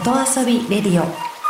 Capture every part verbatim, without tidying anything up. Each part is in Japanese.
音遊びレディオ。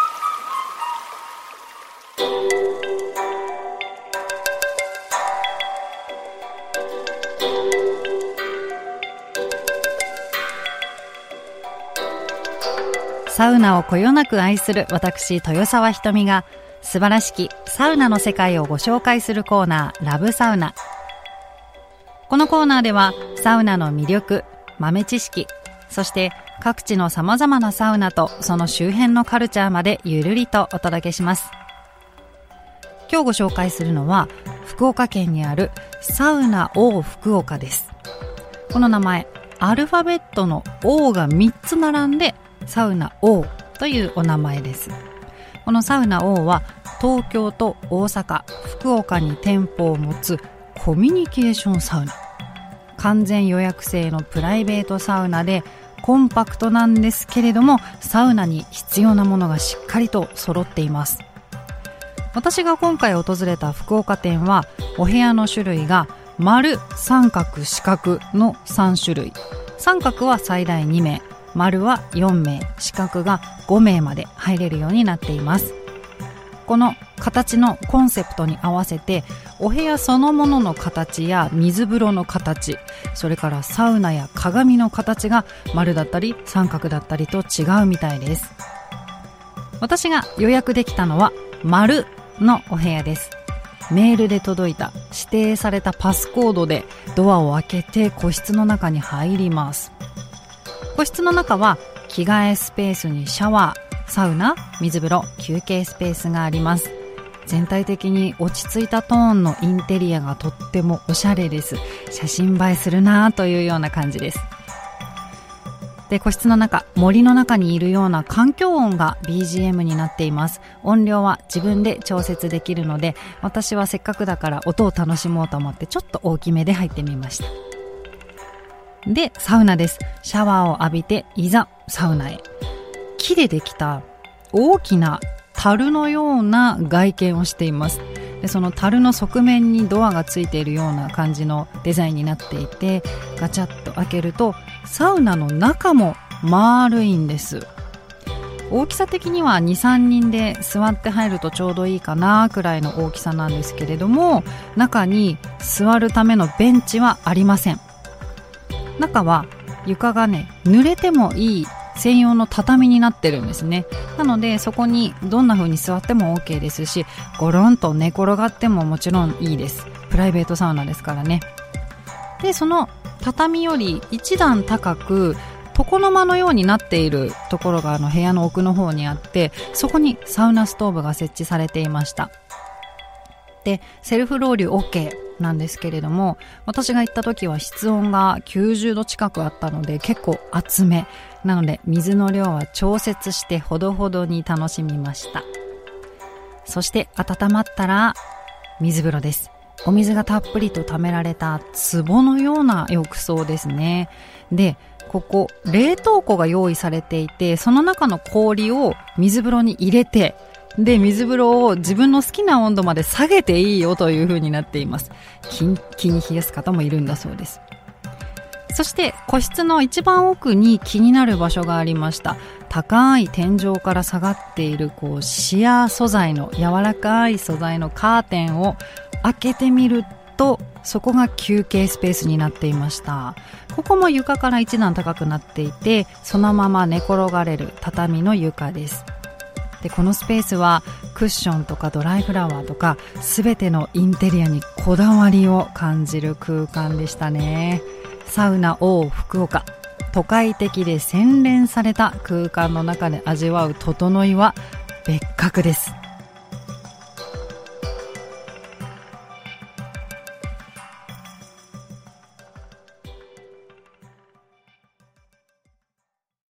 サウナをこよなく愛する私豊沢ひとみが素晴らしきサウナの世界をご紹介するコーナー、ラブサウナ。このコーナーではサウナの魅力、豆知識、そして各地の様々なサウナとその周辺のカルチャーまでゆるりとお届けします。今日ご紹介するのは福岡県にあるサウナ O 福岡です。この名前、アルファベットの O がみっつ並んでサウナ O というお名前です。このサウナ O は東京と大阪、福岡に店舗を持つコミュニケーションサウナ。完全予約制のプライベートサウナでコンパクトなんですけれども、サウナに必要なものがしっかりと揃っています。私が今回訪れた福岡店はお部屋の種類が丸、三角、四角のさん種類。三角は最大にめい、丸はよんめい、四角がごめいまで入れるようになっています。この形のコンセプトに合わせてお部屋そのものの形や水風呂の形、それからサウナや鏡の形が丸だったり三角だったりと違うみたいです。私が予約できたのは丸のお部屋です。メールで届いた指定されたパスコードでドアを開けて個室の中に入ります。個室の中は着替えスペースにシャワー、サウナ、水風呂、休憩スペースがあります。全体的に落ち着いたトーンのインテリアがとってもおしゃれです。写真映えするなというような感じです。で、個室の中、森の中にいるような環境音が ビージーエム になっています。音量は自分で調節できるので、私はせっかくだから音を楽しもうと思ってちょっと大きめで入ってみました。で、サウナです。シャワーを浴びていざサウナへ。木でできた大きな樽のような外見をしています。で、その樽の側面にドアがついているような感じのデザインになっていて、ガチャッと開けるとサウナの中も丸いんです。大きさ的にはに、さんにんで座って入るとちょうどいいかなくらいの大きさなんですけれども、中に座るためのベンチはありません。中は床がね、濡れてもいい専用の畳になってるんですね。なのでそこにどんな風に座っても OK ですし、ゴロンと寝転がってももちろんいいです。プライベートサウナですからね。で、その畳より一段高く床の間のようになっているところがあの部屋の奥の方にあって、そこにサウナストーブが設置されていました。で、セルフロウリュ OK なんですけれども、私が行った時は室温がきゅうじゅうど近くあったので結構熱めなので、水の量は調節してほどほどに楽しみました。そして温まったら水風呂です。お水がたっぷりと溜められた壺のような浴槽ですね。で、ここ冷凍庫が用意されていて、その中の氷を水風呂に入れて、で、水風呂を自分の好きな温度まで下げていいよという風になっています。キンキンに冷やす方もいるんだそうです。そして個室の一番奥に気になる場所がありました。高い天井から下がっているこうシアー素材の柔らかい素材のカーテンを開けてみると、そこが休憩スペースになっていました。ここも床から一段高くなっていて、そのまま寝転がれる畳の床です。で、このスペースはクッションとかドライフラワーとかすべてのインテリアにこだわりを感じる空間でしたね。サウナ O 福岡、都会的で洗練された空間の中で味わう整いは別格です。